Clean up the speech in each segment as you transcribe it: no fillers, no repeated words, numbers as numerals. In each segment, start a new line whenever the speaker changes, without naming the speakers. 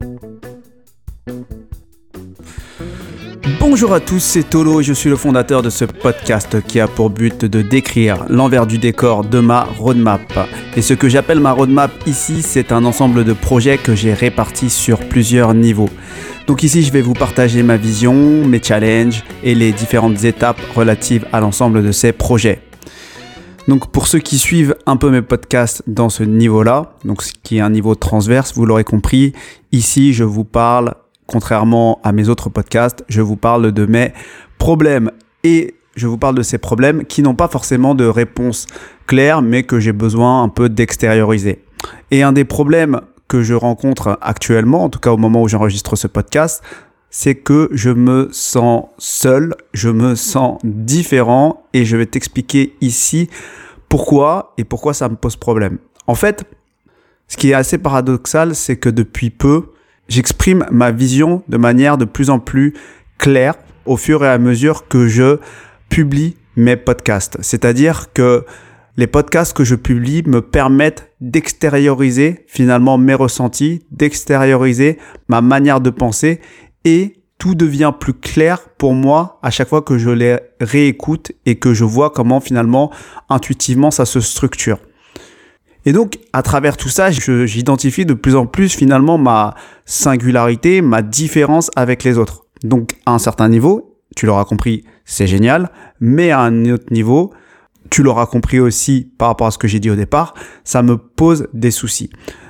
Bonjour à tous, c'est Tolo et je suis le fondateur de ce podcast qui a pour but de décrire l'envers du décor de ma roadmap. Et ce que j'appelle ma roadmap ici, c'est un ensemble de projets que j'ai répartis sur plusieurs niveaux. Donc ici, je vais vous partager ma vision, mes challenges et les différentes étapes relatives à l'ensemble de ces projets. Donc pour ceux qui suivent un peu mes podcasts dans ce niveau-là, donc ce qui est un niveau transverse, vous l'aurez compris, ici je vous parle, contrairement à mes autres podcasts, je vous parle de mes problèmes et je vous parle de ces problèmes qui n'ont pas forcément de réponse claire mais que j'ai besoin un peu d'extérioriser. Et un des problèmes que je rencontre actuellement, en tout cas au moment où j'enregistre ce podcast, c'est que je me sens seul, je me sens différent et je vais t'expliquer ici pourquoi et pourquoi ça me pose problème. En fait, ce qui est assez paradoxal, c'est que depuis peu, j'exprime ma vision de manière de plus en plus claire au fur et à mesure que je publie mes podcasts. C'est-à-dire que les podcasts que je publie me permettent d'extérioriser finalement mes ressentis, d'extérioriser ma manière de penser et tout devient plus clair pour moi à chaque fois que je les réécoute et que je vois comment finalement intuitivement ça se structure. Et donc, à travers tout ça, j'identifie de plus en plus finalement ma singularité, ma différence avec les autres. Donc, à un certain niveau, tu l'auras compris, c'est génial, mais à un autre niveau, tu l'auras compris aussi par rapport à ce que j'ai dit au départ, ça me pose des soucis.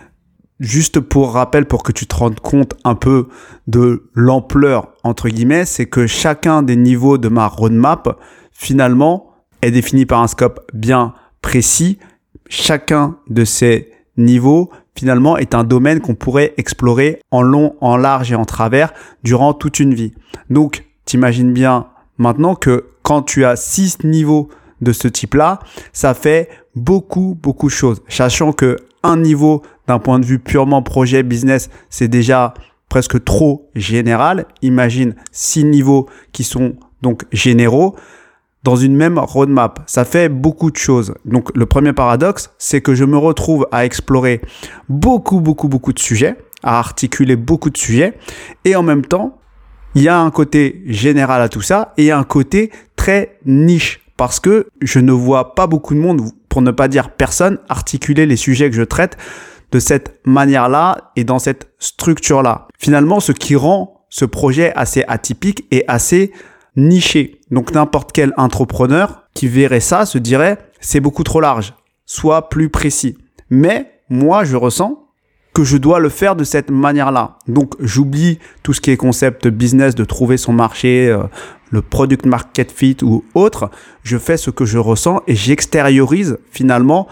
Juste pour rappel, pour que tu te rendes compte un peu de l'ampleur, entre guillemets, c'est que chacun des niveaux de ma roadmap, finalement, est défini par un scope bien précis. Chacun de ces niveaux, finalement, est un domaine qu'on pourrait explorer en long, en large et en travers durant toute une vie. Donc, t'imagines bien maintenant que quand tu as 6 niveaux de ce type-là, ça fait beaucoup de choses. Sachant que un niveau d'un point de vue purement projet business, c'est déjà presque trop général. Imagine 6 niveaux qui sont donc généraux dans une même roadmap. Ça fait beaucoup de choses. Donc, le premier paradoxe, c'est que je me retrouve à explorer beaucoup de sujets, à articuler beaucoup de sujets. Et en même temps, il y a un côté général à tout ça et un côté très niche. Parce que je ne vois pas beaucoup de monde, pour ne pas dire personne, articuler les sujets que je traite de cette manière-là et dans cette structure-là. Finalement, ce qui rend ce projet assez atypique et assez niché. Donc n'importe quel entrepreneur qui verrait ça se dirait c'est beaucoup trop large, sois plus précis. Mais moi je ressens que je dois le faire de cette manière-là. Donc j'oublie tout ce qui est concept business, de trouver son marché, le product market fit ou autre. Je fais ce que je ressens et j'extériorise finalement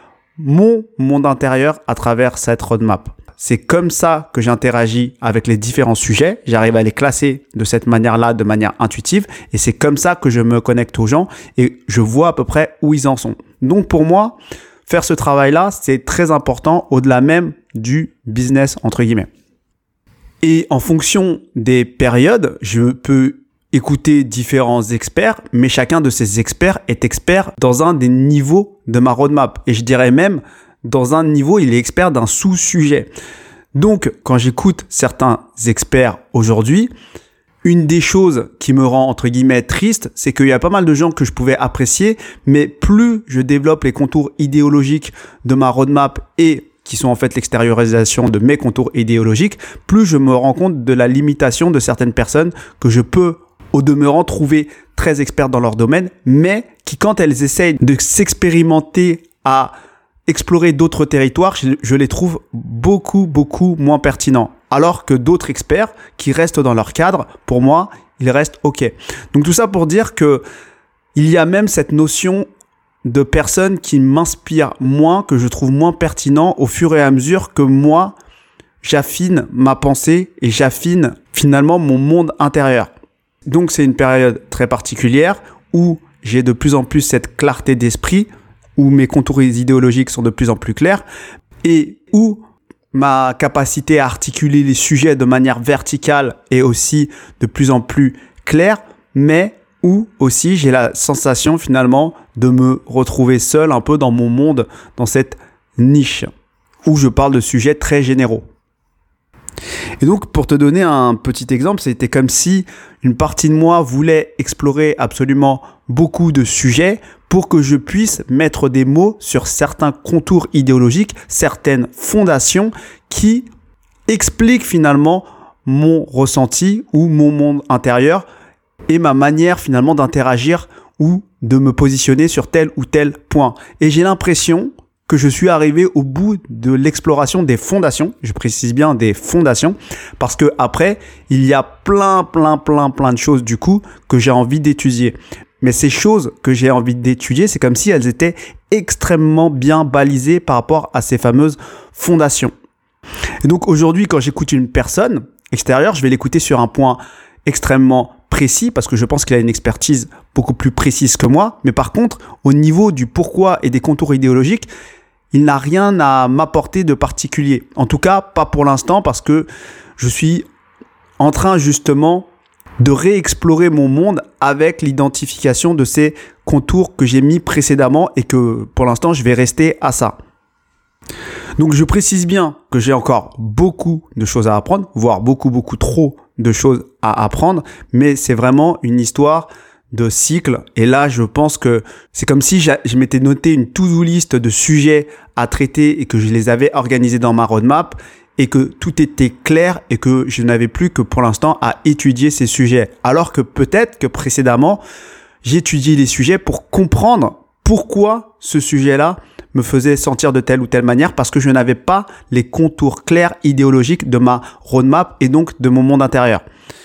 mon monde intérieur à travers cette roadmap. C'est comme ça que j'interagis avec les différents sujets. J'arrive à les classer de cette manière-là, de manière intuitive. Et c'est comme ça que je me connecte aux gens et je vois à peu près où ils en sont. Donc pour moi, faire ce travail-là, c'est très important au-delà même du business, entre guillemets. Et en fonction des périodes, je peux écouter différents experts, mais chacun de ces experts est expert dans un des niveaux de ma roadmap. Et je dirais même, dans un niveau, il est expert d'un sous-sujet. Donc, quand j'écoute certains experts aujourd'hui, une des choses qui me rend, entre guillemets, triste, c'est qu'il y a pas mal de gens que je pouvais apprécier, mais plus je développe les contours idéologiques de ma roadmap et qui sont en fait l'extériorisation de mes contours idéologiques, plus je me rends compte de la limitation de certaines personnes que je peux, au demeurant, trouver très expertes dans leur domaine, mais qui, quand elles essayent de s'expérimenter à explorer d'autres territoires, je les trouve beaucoup moins pertinents. Alors que d'autres experts qui restent dans leur cadre, pour moi, ils restent OK. Donc tout ça pour dire que il y a même cette notion de personnes qui m'inspirent moins, que je trouve moins pertinent au fur et à mesure que moi, j'affine ma pensée et j'affine finalement mon monde intérieur. Donc c'est une période très particulière où j'ai de plus en plus cette clarté d'esprit, où mes contours idéologiques sont de plus en plus clairs et où ma capacité à articuler les sujets de manière verticale est aussi de plus en plus claire, mais où aussi j'ai la sensation finalement de me retrouver seul un peu dans mon monde, dans cette niche où je parle de sujets très généraux. Et donc, pour te donner un petit exemple, c'était comme si une partie de moi voulait explorer absolument beaucoup de sujets pour que je puisse mettre des mots sur certains contours idéologiques, certaines fondations qui expliquent finalement mon ressenti ou mon monde intérieur et ma manière finalement d'interagir ou de me positionner sur tel ou tel point. Et j'ai l'impression que je suis arrivé au bout de l'exploration des fondations. Je précise bien des fondations parce que après, il y a plein de choses du coup que j'ai envie d'étudier. Mais ces choses que j'ai envie d'étudier, c'est comme si elles étaient extrêmement bien balisées par rapport à ces fameuses fondations. Et donc aujourd'hui, quand j'écoute une personne extérieure, je vais l'écouter sur un point extrêmement précis parce que je pense qu'il a une expertise beaucoup plus précise que moi. Mais par contre, au niveau du pourquoi et des contours idéologiques, il n'a rien à m'apporter de particulier. En tout cas, pas pour l'instant parce que je suis en train justement de réexplorer mon monde avec l'identification de ces contours que j'ai mis précédemment et que pour l'instant, je vais rester à ça. Donc, je précise bien que j'ai encore beaucoup de choses à apprendre, voire beaucoup trop de choses à apprendre, mais c'est vraiment une histoire de cycle. Et là, je pense que c'est comme si je m'étais noté une to-do list de sujets à traiter et que je les avais organisés dans ma roadmap et que tout était clair et que je n'avais plus que pour l'instant à étudier ces sujets. Alors que peut-être que précédemment, j'étudiais les sujets pour comprendre pourquoi ce sujet-là me faisait sentir de telle ou telle manière parce que je n'avais pas les contours clairs idéologiques de ma roadmap et donc de mon monde intérieur.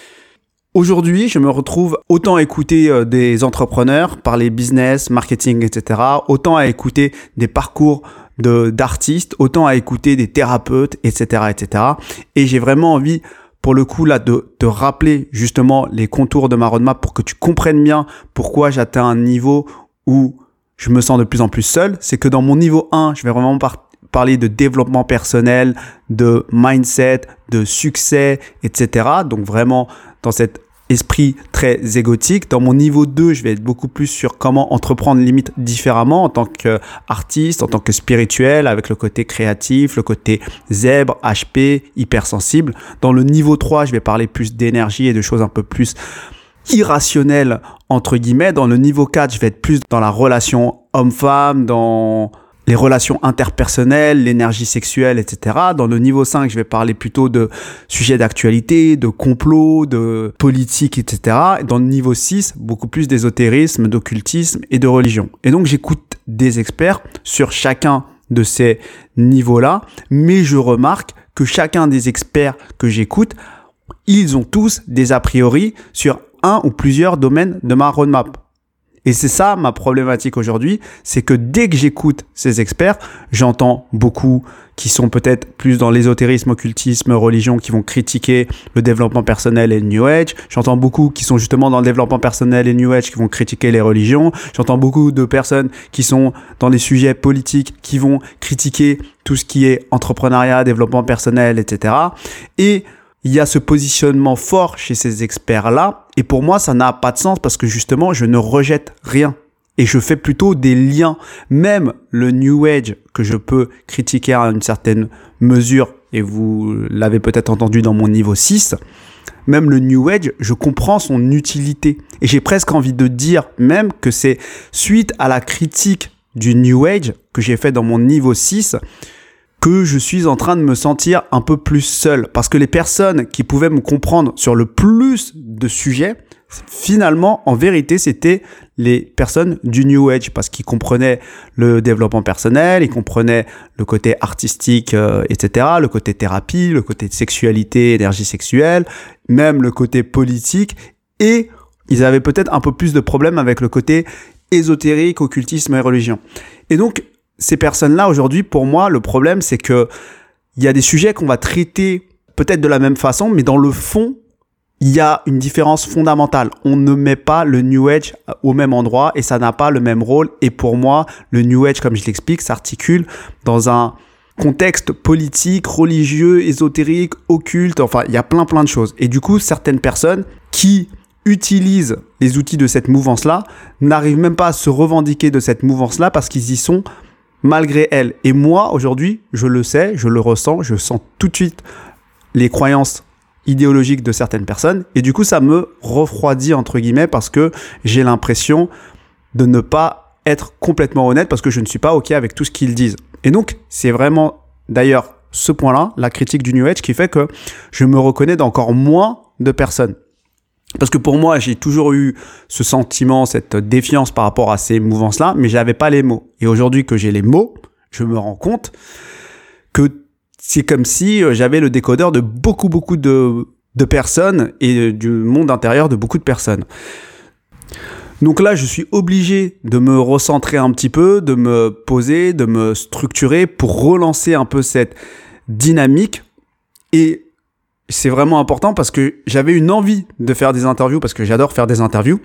Aujourd'hui, je me retrouve autant à écouter des entrepreneurs, parler business, marketing, etc., autant à écouter des parcours d'artistes, autant à écouter des thérapeutes, etc., etc. Et j'ai vraiment envie, pour le coup, là, de te rappeler justement les contours de ma roadmap pour que tu comprennes bien pourquoi j'atteins un niveau où je me sens de plus en plus seul. C'est que dans mon niveau 1, je vais vraiment parler de développement personnel, de mindset, de succès, etc. Donc vraiment dans cet esprit très égotique. Dans mon niveau 2, je vais être beaucoup plus sur comment entreprendre limite différemment en tant qu'artiste, en tant que spirituel, avec le côté créatif, le côté zèbre, HP, hypersensible. Dans le niveau 3, je vais parler plus d'énergie et de choses un peu plus irrationnelles, entre guillemets. Dans le niveau 4, je vais être plus dans la relation homme-femme, dans les relations interpersonnelles, l'énergie sexuelle, etc. Dans le niveau 5, je vais parler plutôt de sujets d'actualité, de complot, de politique, etc. Et dans le niveau 6, beaucoup plus d'ésotérisme, d'occultisme et de religion. Et donc, j'écoute des experts sur chacun de ces niveaux-là, mais je remarque que chacun des experts que j'écoute, ils ont tous des a priori sur un ou plusieurs domaines de ma roadmap. Et c'est ça ma problématique aujourd'hui, c'est que dès que j'écoute ces experts, j'entends beaucoup qui sont peut-être plus dans l'ésotérisme, occultisme, religion, qui vont critiquer le développement personnel et le New Age. J'entends beaucoup qui sont justement dans le développement personnel et le New Age, qui vont critiquer les religions. J'entends beaucoup de personnes qui sont dans les sujets politiques, qui vont critiquer tout ce qui est entrepreneuriat, développement personnel, etc. Et il y a ce positionnement fort chez ces experts-là. Et pour moi, ça n'a pas de sens parce que justement, je ne rejette rien. Et je fais plutôt des liens. Même le New Age que je peux critiquer à une certaine mesure, et vous l'avez peut-être entendu dans mon niveau 6, même le New Age, je comprends son utilité. Et j'ai presque envie de dire même que c'est suite à la critique du New Age que j'ai fait dans mon niveau 6 que je suis en train de me sentir un peu plus seul. Parce que les personnes qui pouvaient me comprendre sur le plus de sujets, finalement, en vérité, c'était les personnes du New Age. Parce qu'ils comprenaient le développement personnel, ils comprenaient le côté artistique, etc., le côté thérapie, le côté sexualité, énergie sexuelle, même le côté politique. Et ils avaient peut-être un peu plus de problèmes avec le côté ésotérique, occultisme et religion. Et donc, ces personnes-là, aujourd'hui, pour moi, le problème, c'est que il y a des sujets qu'on va traiter peut-être de la même façon, mais dans le fond, il y a une différence fondamentale. On ne met pas le New Age au même endroit et ça n'a pas le même rôle. Et pour moi, le New Age, comme je l'explique, s'articule dans un contexte politique, religieux, ésotérique, occulte. Enfin, il y a plein de choses. Et du coup, certaines personnes qui utilisent les outils de cette mouvance-là n'arrivent même pas à se revendiquer de cette mouvance-là parce qu'ils y sont malgré elle. Et moi, aujourd'hui, je le sais, je le ressens, je sens tout de suite les croyances idéologiques de certaines personnes. Et du coup, ça me refroidit, entre guillemets, parce que j'ai l'impression de ne pas être complètement honnête parce que je ne suis pas OK avec tout ce qu'ils disent. Et donc, c'est vraiment, d'ailleurs, ce point-là, la critique du New Age, qui fait que je me reconnais dans encore moins de personnes. Parce que pour moi, j'ai toujours eu ce sentiment, cette défiance par rapport à ces mouvances-là, mais j'avais pas les mots. Et aujourd'hui que j'ai les mots, je me rends compte que c'est comme si j'avais le décodeur de beaucoup de personnes et du monde intérieur de beaucoup de personnes. Donc là, je suis obligé de me recentrer un petit peu, de me poser, de me structurer pour relancer un peu cette dynamique. Et c'est vraiment important parce que j'avais une envie de faire des interviews parce que j'adore faire des interviews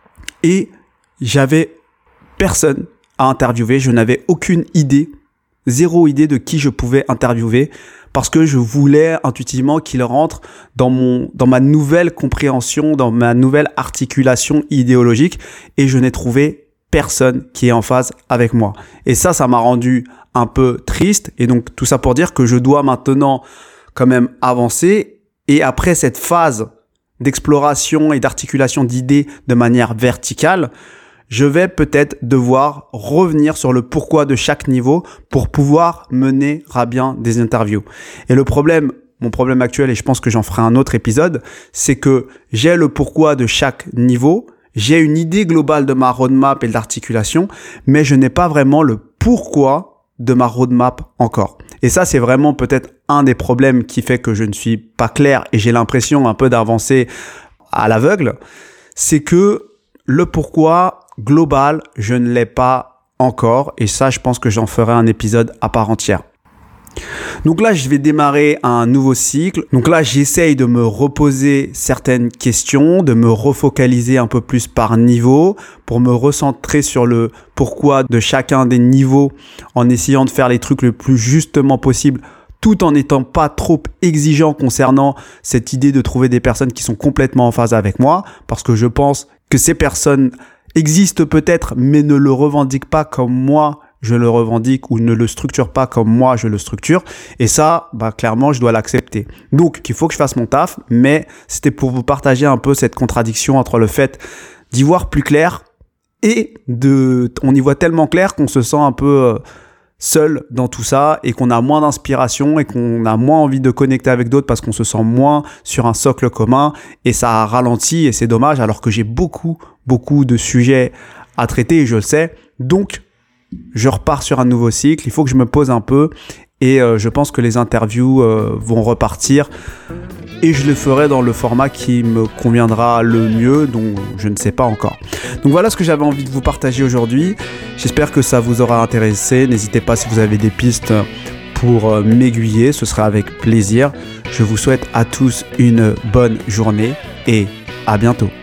et j'avais personne à interviewer. Je n'avais aucune idée, zéro idée de qui je pouvais interviewer parce que je voulais intuitivement qu'il rentre dans ma nouvelle compréhension, dans ma nouvelle articulation idéologique et je n'ai trouvé personne qui est en phase avec moi. Et ça m'a rendu un peu triste et donc tout ça pour dire que je dois maintenant quand même avancer et après cette phase d'exploration et d'articulation d'idées de manière verticale, je vais peut-être devoir revenir sur le pourquoi de chaque niveau pour pouvoir mener à bien des interviews. Et mon problème actuel, et je pense que j'en ferai un autre épisode, c'est que j'ai le pourquoi de chaque niveau, j'ai une idée globale de ma roadmap et de l'articulation, mais je n'ai pas vraiment le pourquoi de ma roadmap encore. Et ça, c'est vraiment peut-être un des problèmes qui fait que je ne suis pas clair et j'ai l'impression un peu d'avancer à l'aveugle. C'est que le pourquoi global, je ne l'ai pas encore. Et ça, je pense que j'en ferai un épisode à part entière. Donc là, je vais démarrer un nouveau cycle. Donc là, j'essaye de me reposer certaines questions, de me refocaliser un peu plus par niveau pour me recentrer sur le pourquoi de chacun des niveaux en essayant de faire les trucs le plus justement possible tout en n'étant pas trop exigeant concernant cette idée de trouver des personnes qui sont complètement en phase avec moi parce que je pense que ces personnes existent peut-être mais ne le revendiquent pas comme moi je le revendique ou ne le structure pas comme moi je le structure et ça clairement je dois l'accepter. Donc il faut que je fasse mon taf, mais c'était pour vous partager un peu cette contradiction entre le fait d'y voir plus clair et on y voit tellement clair qu'on se sent un peu seul dans tout ça et qu'on a moins d'inspiration et qu'on a moins envie de connecter avec d'autres parce qu'on se sent moins sur un socle commun et ça ralentit et c'est dommage alors que j'ai beaucoup de sujets à traiter et je le sais. Donc je repars sur un nouveau cycle, il faut que je me pose un peu et je pense que les interviews vont repartir et je le ferai dans le format qui me conviendra le mieux, donc je ne sais pas encore. Donc voilà ce que j'avais envie de vous partager aujourd'hui, j'espère que ça vous aura intéressé, n'hésitez pas si vous avez des pistes pour m'aiguiller, ce sera avec plaisir. Je vous souhaite à tous une bonne journée et à bientôt.